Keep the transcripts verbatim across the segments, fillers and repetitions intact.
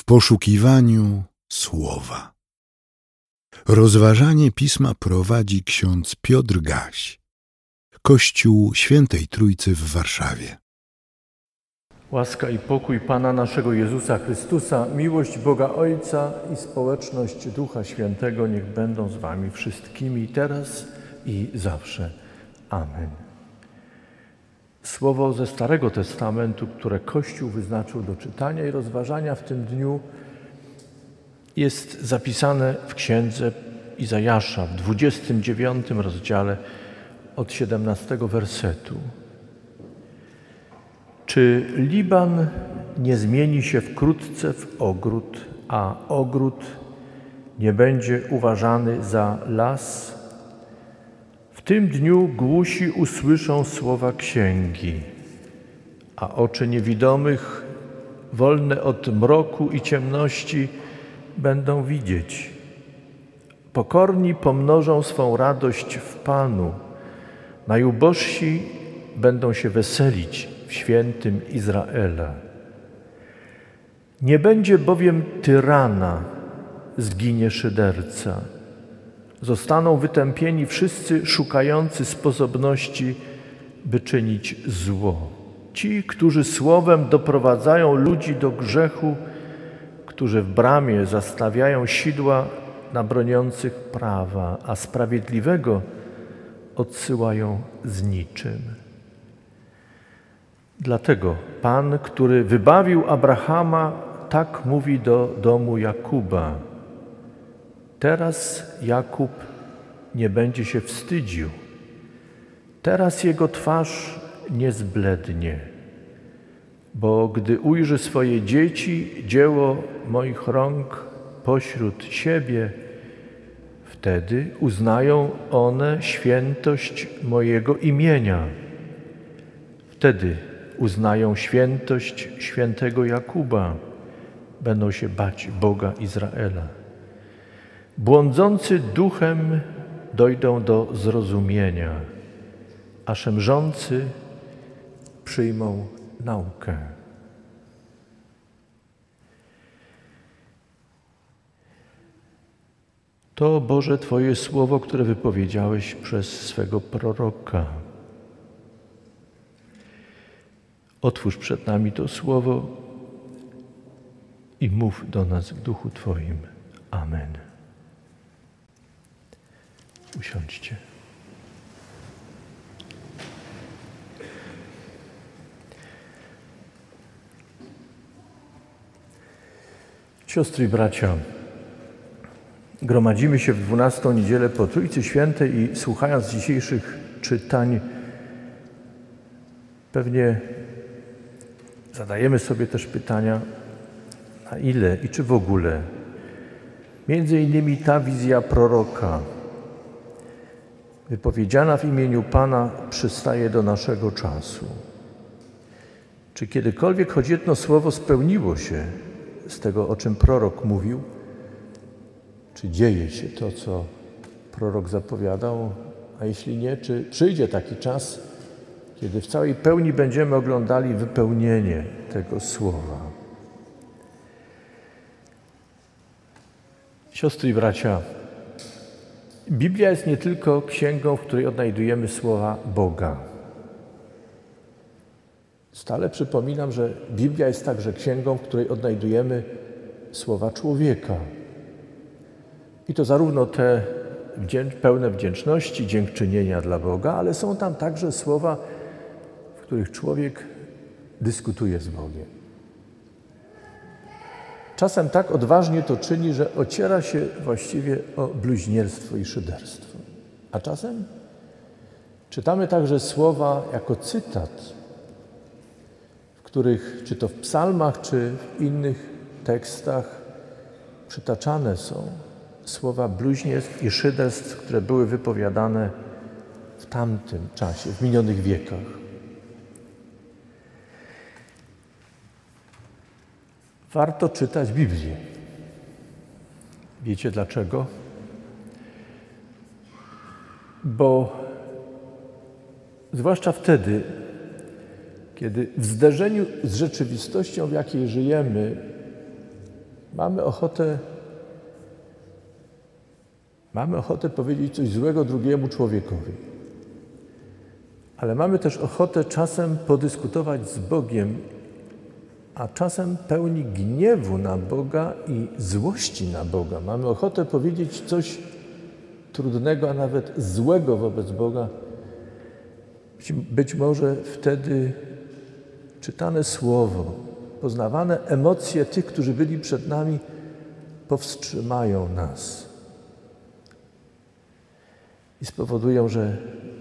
poszukiwaniu słowa. Rozważanie Pisma prowadzi ksiądz Piotr Gaś, Kościół Świętej Trójcy w Warszawie. Łaska i pokój Pana naszego Jezusa Chrystusa, miłość Boga Ojca i społeczność Ducha Świętego niech będą z wami wszystkimi teraz i zawsze. Amen. Słowo ze Starego Testamentu, które Kościół wyznaczył do czytania i rozważania w tym dniu, jest zapisane w księdze Izajasza w dwudziestym dziewiątym rozdziale od siedemnastego wersetu. Czy Liban nie zmieni się wkrótce w ogród, a ogród nie będzie uważany za las? W tym dniu głusi usłyszą słowa księgi, a oczy niewidomych, wolne od mroku i ciemności, będą widzieć. Pokorni pomnożą swą radość w Panu, najubożsi będą się weselić w świętym Izraela. Nie będzie bowiem tyrana, zginie szyderca. Zostaną wytępieni wszyscy szukający sposobności, by czynić zło. Ci, którzy słowem doprowadzają ludzi do grzechu, którzy w bramie zastawiają sidła na broniących prawa, a sprawiedliwego odsyłają z niczym. Dlatego Pan, który wybawił Abrahama, tak mówi do domu Jakuba. Teraz Jakub nie będzie się wstydził. Teraz jego twarz nie zblednie. Bo gdy ujrzy swoje dzieci, dzieło moich rąk pośród siebie, wtedy uznają one świętość mojego imienia. Wtedy uznają świętość świętego Jakuba, będą się bać Boga Izraela. Błądzący duchem dojdą do zrozumienia, a szemrzący przyjmą naukę. To, Boże, Twoje słowo, które wypowiedziałeś przez swego proroka. Otwórz przed nami to słowo i mów do nas w duchu Twoim. Amen. Usiądźcie. Siostry i bracia, gromadzimy się w dwunastą niedzielę po Trójcy Świętej i słuchając dzisiejszych czytań, pewnie zadajemy sobie też pytania, na ile i czy w ogóle. Między innymi ta wizja proroka, wypowiedziana w imieniu Pana, przystaje do naszego czasu. Czy kiedykolwiek choć jedno słowo spełniło się z tego, o czym prorok mówił? Czy dzieje się to, co prorok zapowiadał? A jeśli nie, czy przyjdzie taki czas, kiedy w całej pełni będziemy oglądali wypełnienie tego słowa? Siostry i bracia, Biblia jest nie tylko księgą, w której odnajdujemy słowa Boga. Stale przypominam, że Biblia jest także księgą, w której odnajdujemy słowa człowieka. I to zarówno te pełne wdzięczności, dziękczynienia dla Boga, ale są tam także słowa, w których człowiek dyskutuje z Bogiem. Czasem tak odważnie to czyni, że ociera się właściwie o bluźnierstwo i szyderstwo. A czasem czytamy także słowa jako cytat, w których, czy to w psalmach, czy w innych tekstach, przytaczane są słowa bluźnierstw i szyderstw, które były wypowiadane w tamtym czasie, w minionych wiekach. Warto czytać Biblię. Wiecie dlaczego? Bo zwłaszcza wtedy, kiedy w zderzeniu z rzeczywistością, w jakiej żyjemy, Mamy ochotę, mamy ochotę powiedzieć coś złego drugiemu człowiekowi. Ale mamy też ochotę czasem podyskutować z Bogiem, a czasem pełni gniewu na Boga i złości na Boga. Mamy ochotę powiedzieć coś trudnego, a nawet złego wobec Boga. Być może wtedy czytane słowo, poznawane emocje tych, którzy byli przed nami, powstrzymają nas i spowodują, że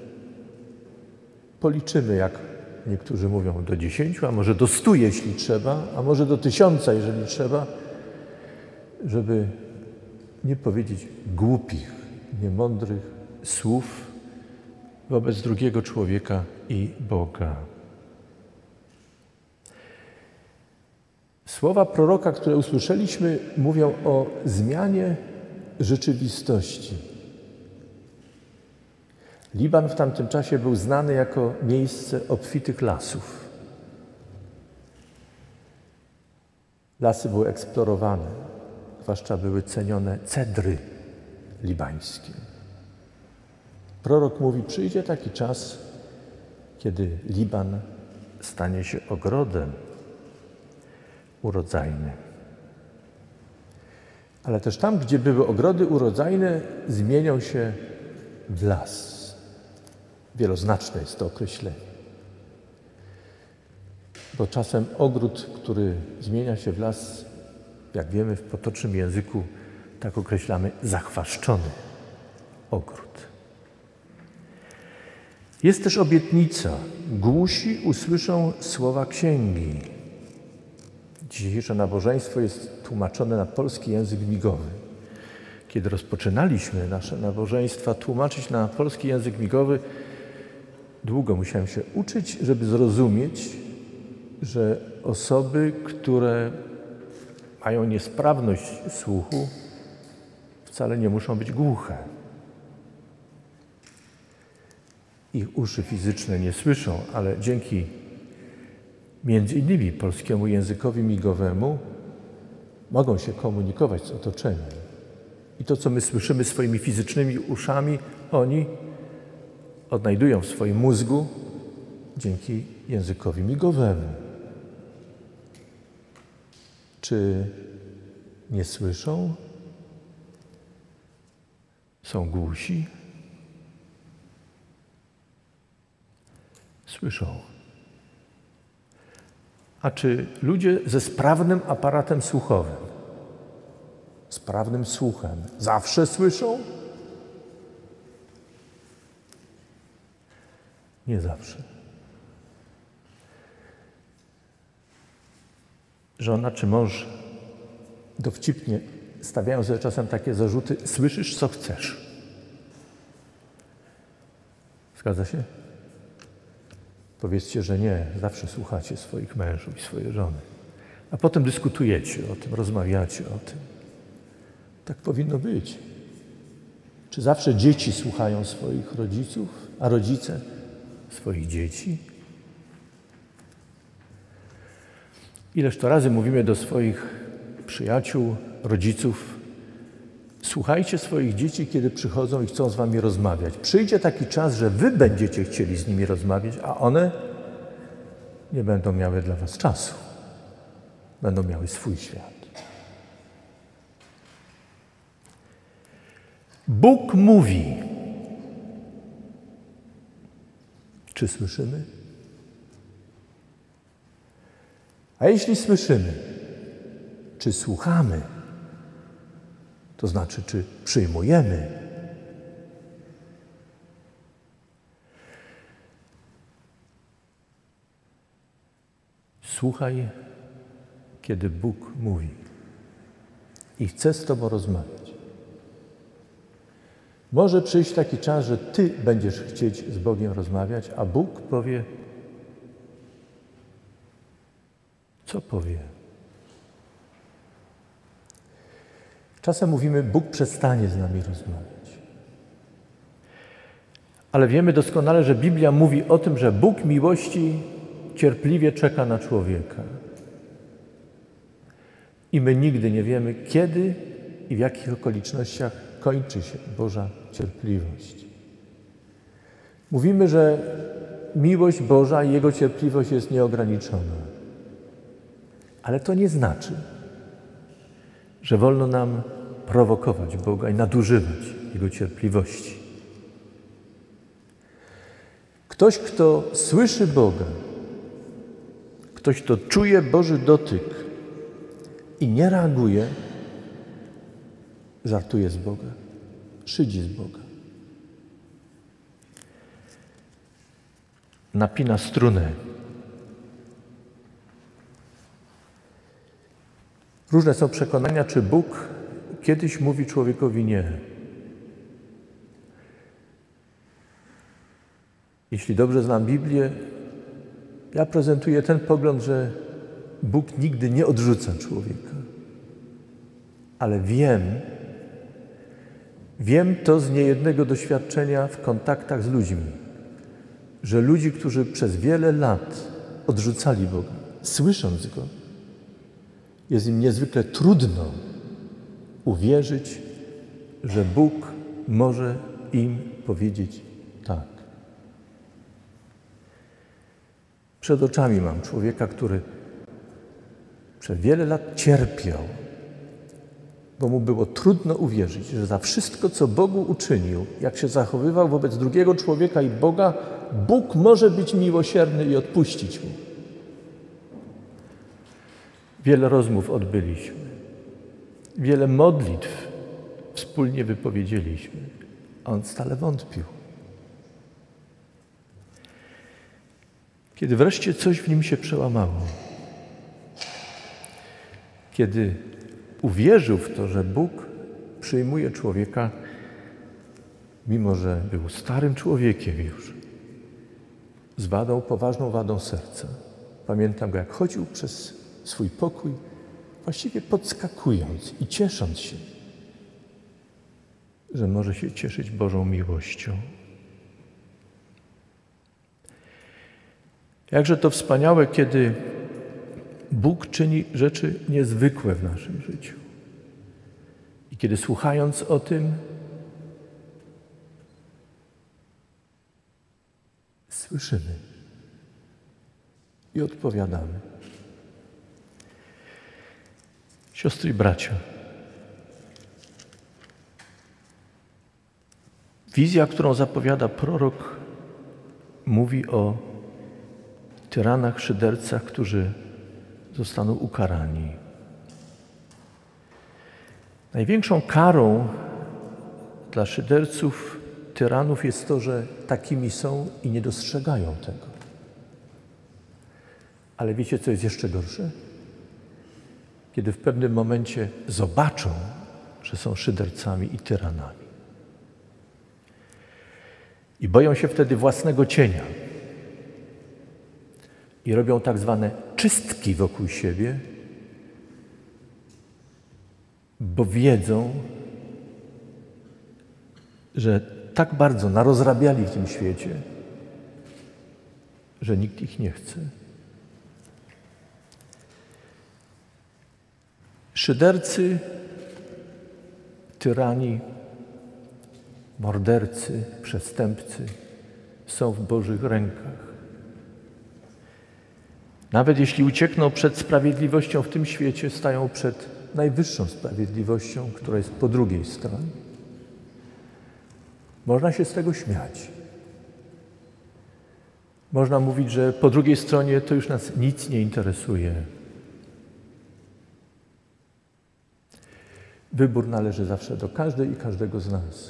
policzymy, jak niektórzy mówią, do dziesięciu, a może do stu, jeśli trzeba, a może do tysiąca, jeżeli trzeba, żeby nie powiedzieć głupich, niemądrych słów wobec drugiego człowieka i Boga. Słowa proroka, które usłyszeliśmy, mówią o zmianie rzeczywistości. Liban w tamtym czasie był znany jako miejsce obfitych lasów. Lasy były eksplorowane, zwłaszcza były cenione cedry libańskie. Prorok mówi, przyjdzie taki czas, kiedy Liban stanie się ogrodem urodzajnym. Ale też tam, gdzie były ogrody urodzajne, zmienią się w las. Wieloznaczne jest to określenie. Bo czasem ogród, który zmienia się w las, jak wiemy w potocznym języku, tak określamy, zachwaszczony ogród. Jest też obietnica. Głusi usłyszą słowa księgi. Dzisiejsze nabożeństwo jest tłumaczone na polski język migowy. Kiedy rozpoczynaliśmy nasze nabożeństwa tłumaczyć na polski język migowy, długo musiałem się uczyć, żeby zrozumieć, że osoby, które mają niesprawność słuchu, wcale nie muszą być głuche. Ich uszy fizyczne nie słyszą, ale dzięki między innymi polskiemu językowi migowemu mogą się komunikować z otoczeniem. I to, co my słyszymy swoimi fizycznymi uszami, oni odnajdują w swoim mózgu dzięki językowi migowemu. Czy nie słyszą? Są głusi? Słyszą. A czy ludzie ze sprawnym aparatem słuchowym, sprawnym słuchem zawsze słyszą? Nie zawsze. Żona czy mąż dowcipnie stawiają sobie czasem takie zarzuty: słyszysz, co chcesz. Zgadza się? Powiedzcie, że nie. Zawsze słuchacie swoich mężów i swoje żony. A potem dyskutujecie o tym, rozmawiacie o tym. Tak powinno być. Czy zawsze dzieci słuchają swoich rodziców, a rodzice swoich dzieci? Ileż to razy mówimy do swoich przyjaciół, rodziców: słuchajcie swoich dzieci, kiedy przychodzą i chcą z wami rozmawiać. Przyjdzie taki czas, że wy będziecie chcieli z nimi rozmawiać, a one nie będą miały dla was czasu. Będą miały swój świat. Bóg mówi. Czy słyszymy? A jeśli słyszymy, czy słuchamy? To znaczy, czy przyjmujemy? Słuchaj, kiedy Bóg mówi i chce z tobą rozmawiać. Może przyjść taki czas, że ty będziesz chcieć z Bogiem rozmawiać, a Bóg powie, co powie. Czasem mówimy, Bóg przestanie z nami rozmawiać. Ale wiemy doskonale, że Biblia mówi o tym, że Bóg miłości cierpliwie czeka na człowieka. I my nigdy nie wiemy, kiedy i w jakich okolicznościach kończy się Boża cierpliwość. Mówimy, że miłość Boża i Jego cierpliwość jest nieograniczona. Ale to nie znaczy, że wolno nam prowokować Boga i nadużywać Jego cierpliwości. Ktoś, kto słyszy Boga, ktoś, kto czuje Boży dotyk i nie reaguje, żartuje z Boga, szydzi z Boga. Napina strunę. Różne są przekonania, czy Bóg kiedyś mówi człowiekowi nie. Jeśli dobrze znam Biblię, ja prezentuję ten pogląd, że Bóg nigdy nie odrzuca człowieka. Ale wiem, wiem to z niejednego doświadczenia w kontaktach z ludźmi, że ludzi, którzy przez wiele lat odrzucali Boga, słysząc Go, jest im niezwykle trudno uwierzyć, że Bóg może im powiedzieć tak. Przed oczami mam człowieka, który przez wiele lat cierpiał, bo mu było trudno uwierzyć, że za wszystko, co Bogu uczynił, jak się zachowywał wobec drugiego człowieka i Boga, Bóg może być miłosierny i odpuścić mu. Wiele rozmów odbyliśmy, wiele modlitw wspólnie wypowiedzieliśmy, a on stale wątpił. Kiedy wreszcie coś w nim się przełamało, kiedy uwierzył w to, że Bóg przyjmuje człowieka, mimo że był starym człowiekiem już, z wadą, poważną wadą serca. Pamiętam go, jak chodził przez swój pokój, właściwie podskakując i ciesząc się, że może się cieszyć Bożą miłością. Jakże to wspaniałe, kiedy Bóg czyni rzeczy niezwykłe w naszym życiu. I kiedy słuchając o tym, słyszymy i odpowiadamy. Siostry i bracia, wizja, którą zapowiada prorok, mówi o tyranach, szydercach, którzy zostaną ukarani. Największą karą dla szyderców, tyranów jest to, że takimi są i nie dostrzegają tego. Ale wiecie, co jest jeszcze gorsze? Kiedy w pewnym momencie zobaczą, że są szydercami i tyranami. I boją się wtedy własnego cienia. I robią tak zwane czystki wokół siebie, bo wiedzą, że tak bardzo narozrabiali w tym świecie, że nikt ich nie chce. Szydercy, tyrani, mordercy, przestępcy są w Bożych rękach. Nawet jeśli uciekną przed sprawiedliwością w tym świecie, stają przed najwyższą sprawiedliwością, która jest po drugiej stronie. Można się z tego śmiać. Można mówić, że po drugiej stronie to już nas nic nie interesuje. Wybór należy zawsze do każdej i każdego z nas.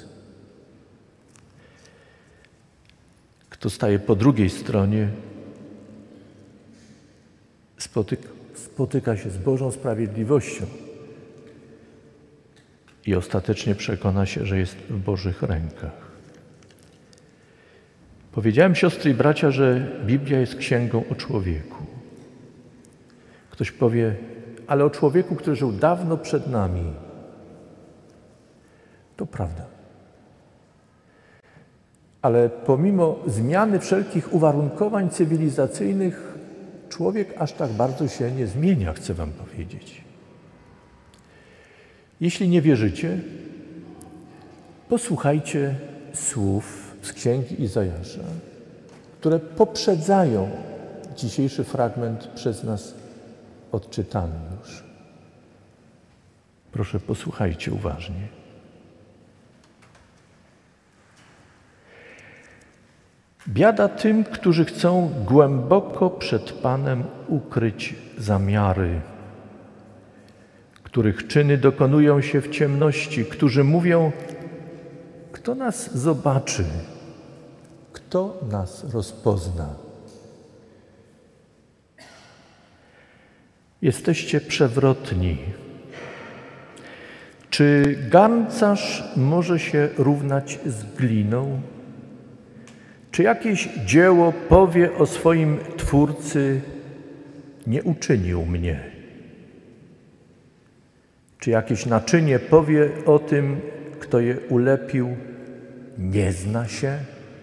Kto staje po drugiej stronie, spotyka, spotyka się z Bożą sprawiedliwością i ostatecznie przekona się, że jest w Bożych rękach. Powiedziałem, siostry i bracia, że Biblia jest księgą o człowieku. Ktoś powie, ale o człowieku, który żył dawno przed nami. To prawda. Ale pomimo zmiany wszelkich uwarunkowań cywilizacyjnych, człowiek aż tak bardzo się nie zmienia, chcę wam powiedzieć. Jeśli nie wierzycie, posłuchajcie słów z Księgi Izajasza, które poprzedzają dzisiejszy fragment przez nas odczytany już. Proszę, posłuchajcie uważnie. Biada tym, którzy chcą głęboko przed Panem ukryć zamiary, których czyny dokonują się w ciemności, którzy mówią: kto nas zobaczy, kto nas rozpozna. Jesteście przewrotni. Czy garncarz może się równać z gliną? Czy jakieś dzieło powie o swoim Twórcy: nie uczynił mnie? Czy jakieś naczynie powie o tym, kto je ulepił: nie zna się?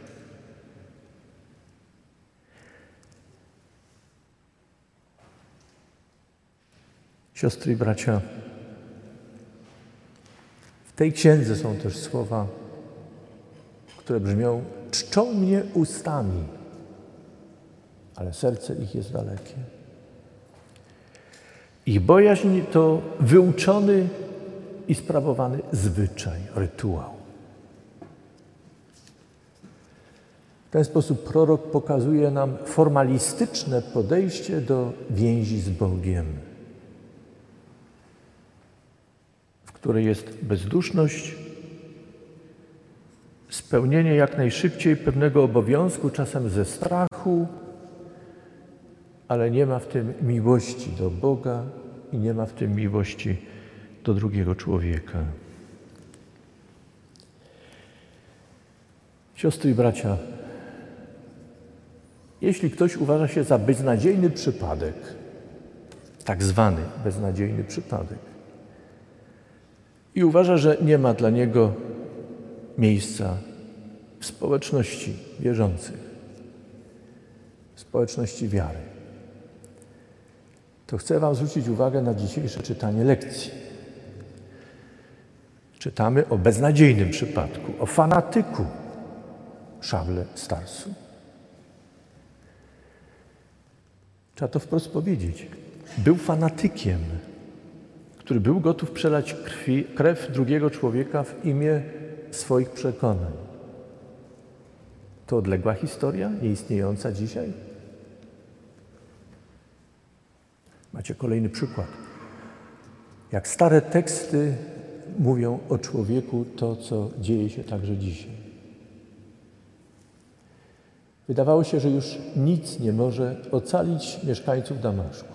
Siostry i bracia, w tej księdze są też słowa, które brzmią: czczą mnie ustami, ale serce ich jest dalekie. Ich bojaźń to wyuczony i sprawowany zwyczaj, rytuał. W ten sposób prorok pokazuje nam formalistyczne podejście do więzi z Bogiem, w której jest bezduszność, spełnienie jak najszybciej pewnego obowiązku, czasem ze strachu, ale nie ma w tym miłości do Boga i nie ma w tym miłości do drugiego człowieka. Siostry i bracia, jeśli ktoś uważa się za beznadziejny przypadek, tak zwany beznadziejny przypadek, i uważa, że nie ma dla niego miejsca w społeczności wierzących, w społeczności wiary, to chcę wam zwrócić uwagę na dzisiejsze czytanie lekcji. Czytamy o beznadziejnym przypadku, o fanatyku Szawle z Tarsu. Trzeba to wprost powiedzieć. Był fanatykiem, który był gotów przelać krwi, krew drugiego człowieka w imię swoich przekonań. To odległa historia, nieistniejąca dzisiaj? Macie kolejny przykład. Jak stare teksty mówią o człowieku to, co dzieje się także dzisiaj. Wydawało się, że już nic nie może ocalić mieszkańców Damaszku.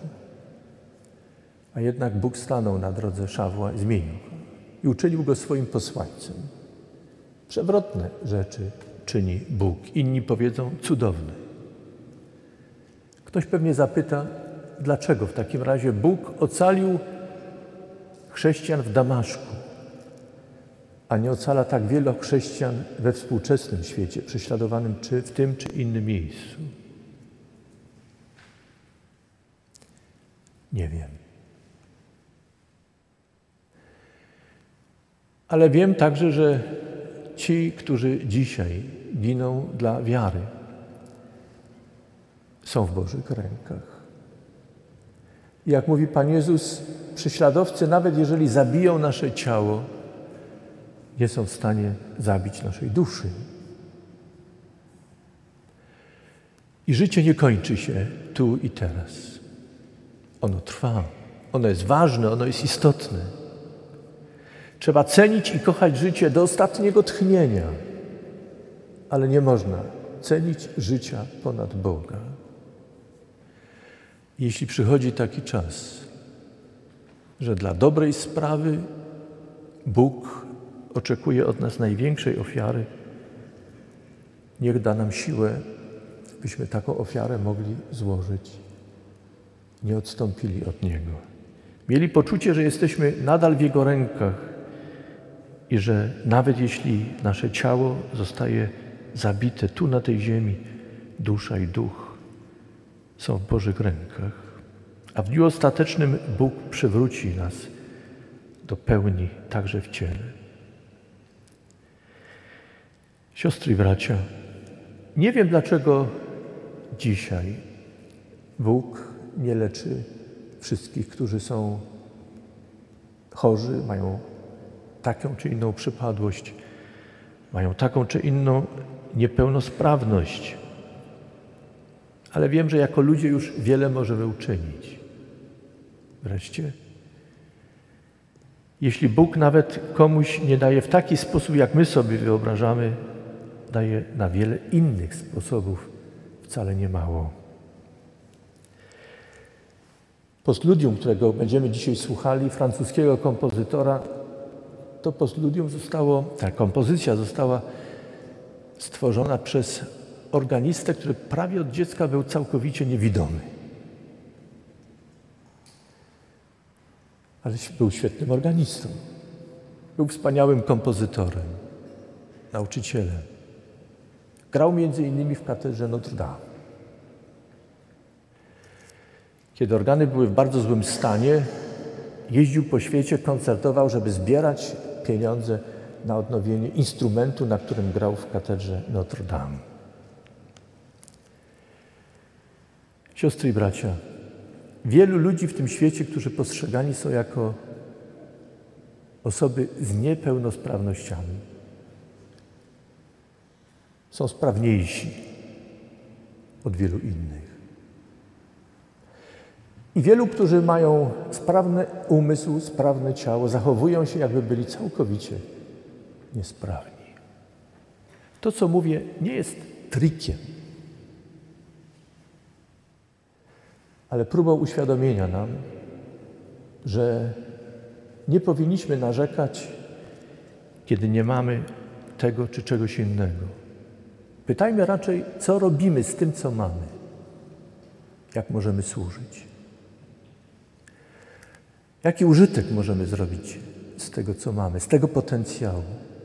A jednak Bóg stanął na drodze Szawła i zmienił go i uczynił go swoim posłańcem. Przewrotne rzeczy czyni Bóg. Inni powiedzą: cudowne. Ktoś pewnie zapyta, dlaczego w takim razie Bóg ocalił chrześcijan w Damaszku, a nie ocala tak wielu chrześcijan we współczesnym świecie, prześladowanym czy w tym czy innym miejscu. Nie wiem. Ale wiem także, że ci, którzy dzisiaj giną dla wiary, są w Bożych rękach. I jak mówi Pan Jezus, prześladowcy, nawet jeżeli zabiją nasze ciało, nie są w stanie zabić naszej duszy. I życie nie kończy się tu i teraz. Ono trwa, ono jest ważne, ono jest istotne. Trzeba cenić i kochać życie do ostatniego tchnienia, ale nie można cenić życia ponad Boga. Jeśli przychodzi taki czas, że dla dobrej sprawy Bóg oczekuje od nas największej ofiary, niech da nam siłę, byśmy taką ofiarę mogli złożyć. Nie odstąpili od Niego. Mieli poczucie, że jesteśmy nadal w Jego rękach i że nawet jeśli nasze ciało zostaje zabite tu na tej ziemi, dusza i duch są w Bożych rękach. A w dniu ostatecznym Bóg przywróci nas do pełni także w ciele. Siostry i bracia, nie wiem dlaczego dzisiaj Bóg nie leczy wszystkich, którzy są chorzy, mają taką czy inną przypadłość, mają taką czy inną niepełnosprawność. Ale wiem, że jako ludzie już wiele możemy uczynić. Wreszcie, jeśli Bóg nawet komuś nie daje w taki sposób, jak my sobie wyobrażamy, daje na wiele innych sposobów, wcale nie mało. Postludium, którego będziemy dzisiaj słuchali, francuskiego kompozytora, to postludium zostało, ta kompozycja została stworzona przez organistę, który prawie od dziecka był całkowicie niewidomy. Ale był świetnym organistą. Był wspaniałym kompozytorem, nauczycielem. Grał między innymi w katedrze Notre Dame. Kiedy organy były w bardzo złym stanie, jeździł po świecie, koncertował, żeby zbierać pieniądze na odnowienie instrumentu, na którym grał w katedrze Notre Dame. Siostry i bracia, wielu ludzi w tym świecie, którzy postrzegani są jako osoby z niepełnosprawnościami, są sprawniejsi od wielu innych. I wielu, którzy mają sprawny umysł, sprawne ciało, zachowują się, jakby byli całkowicie niesprawni. To, co mówię, nie jest trikiem, ale próbą uświadomienia nam, że nie powinniśmy narzekać, kiedy nie mamy tego czy czegoś innego. Pytajmy raczej, co robimy z tym, co mamy, jak możemy służyć. Jaki użytek możemy zrobić z tego, co mamy, z tego potencjału?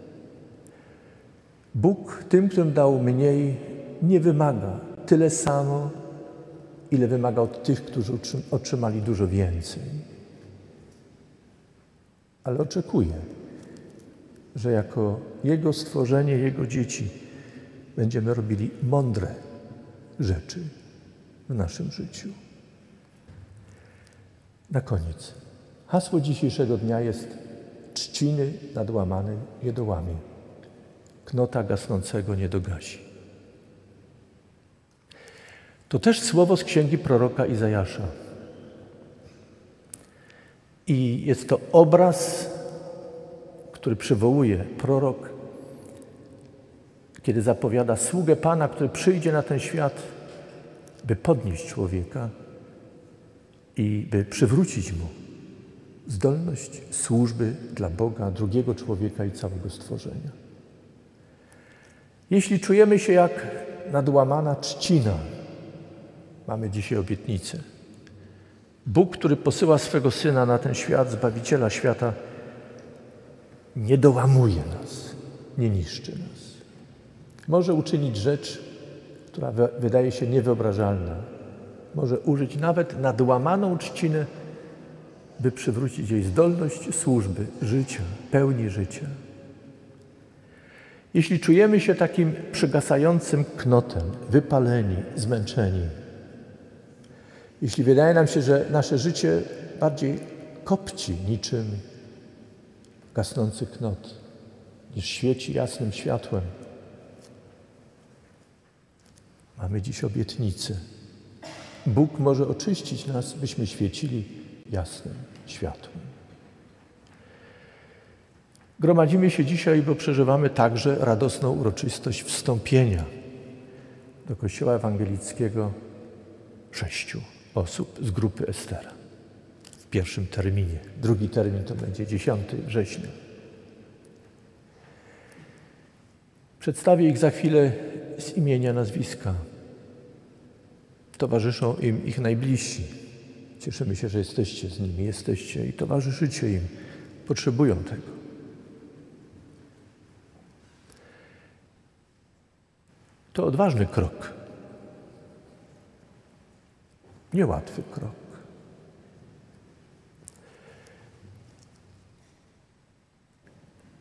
Bóg tym, którym dał mniej, nie wymaga tyle samo, ile wymaga od tych, którzy otrzymali dużo więcej. Ale oczekuje, że jako Jego stworzenie, Jego dzieci będziemy robili mądre rzeczy w naszym życiu. Na koniec. Hasło dzisiejszego dnia jest trzciny nadłamanej nie dołamie. Knota gasnącego nie dogasi. To też słowo z księgi proroka Izajasza. I jest to obraz, który przywołuje prorok, kiedy zapowiada sługę Pana, który przyjdzie na ten świat, by podnieść człowieka i by przywrócić mu zdolność służby dla Boga, drugiego człowieka i całego stworzenia. Jeśli czujemy się jak nadłamana trzcina, mamy dzisiaj obietnicę. Bóg, który posyła swego Syna na ten świat, Zbawiciela świata, nie dołamuje nas, nie niszczy nas. Może uczynić rzecz, która wydaje się niewyobrażalna. Może użyć nawet nadłamaną trzcinę, by przywrócić jej zdolność służby, życia, pełni życia. Jeśli czujemy się takim przygasającym knotem, wypaleni, zmęczeni, jeśli wydaje nam się, że nasze życie bardziej kopci niczym gasnący knot, niż świeci jasnym światłem, mamy dziś obietnicę. Bóg może oczyścić nas, byśmy świecili jasnym światłem. Gromadzimy się dzisiaj, bo przeżywamy także radosną uroczystość wstąpienia do Kościoła Ewangelickiego sześciu osób z grupy Estera w pierwszym terminie. Drugi termin to będzie dziesiątego września. Przedstawię ich za chwilę z imienia, nazwiska. Towarzyszą im ich najbliżsi. Cieszymy się, że jesteście z nimi, jesteście i towarzyszycie im. Potrzebują tego. To odważny krok. Niełatwy krok.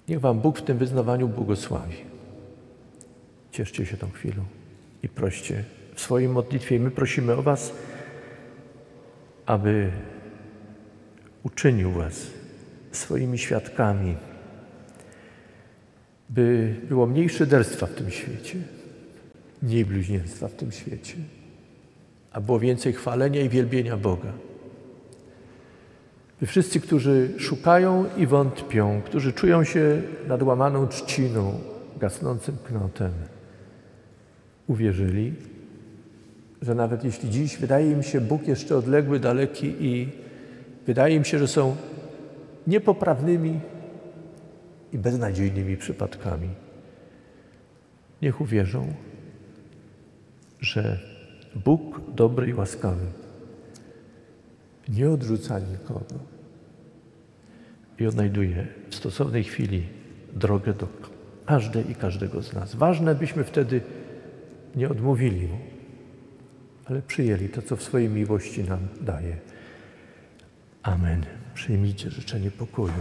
Niech wam Bóg w tym wyznawaniu błogosławi. Cieszcie się tą chwilą i proście w swojej modlitwie. I my prosimy o was, aby uczynił was swoimi świadkami, by było mniej szyderstwa w tym świecie, mniej bluźnierstwa w tym świecie, a było więcej chwalenia i wielbienia Boga. By wszyscy, którzy szukają i wątpią, którzy czują się nad łamaną trzciną, gasnącym knotem, uwierzyli, że nawet jeśli dziś wydaje im się Bóg jeszcze odległy, daleki i wydaje im się, że są niepoprawnymi i beznadziejnymi przypadkami, niech uwierzą, że Bóg dobry i łaskawy nie odrzuca nikogo i odnajduje w stosownej chwili drogę do każdej i każdego z nas. Ważne, byśmy wtedy nie odmówili Mu, ale przyjęli to, co w swojej miłości nam daje. Amen. Przyjmijcie życzenie pokoju.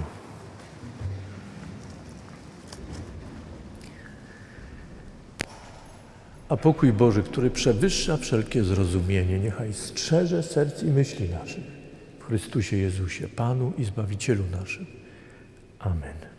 A pokój Boży, który przewyższa wszelkie zrozumienie, niechaj strzeże serc i myśli naszych w Chrystusie Jezusie, Panu i Zbawicielu naszym. Amen.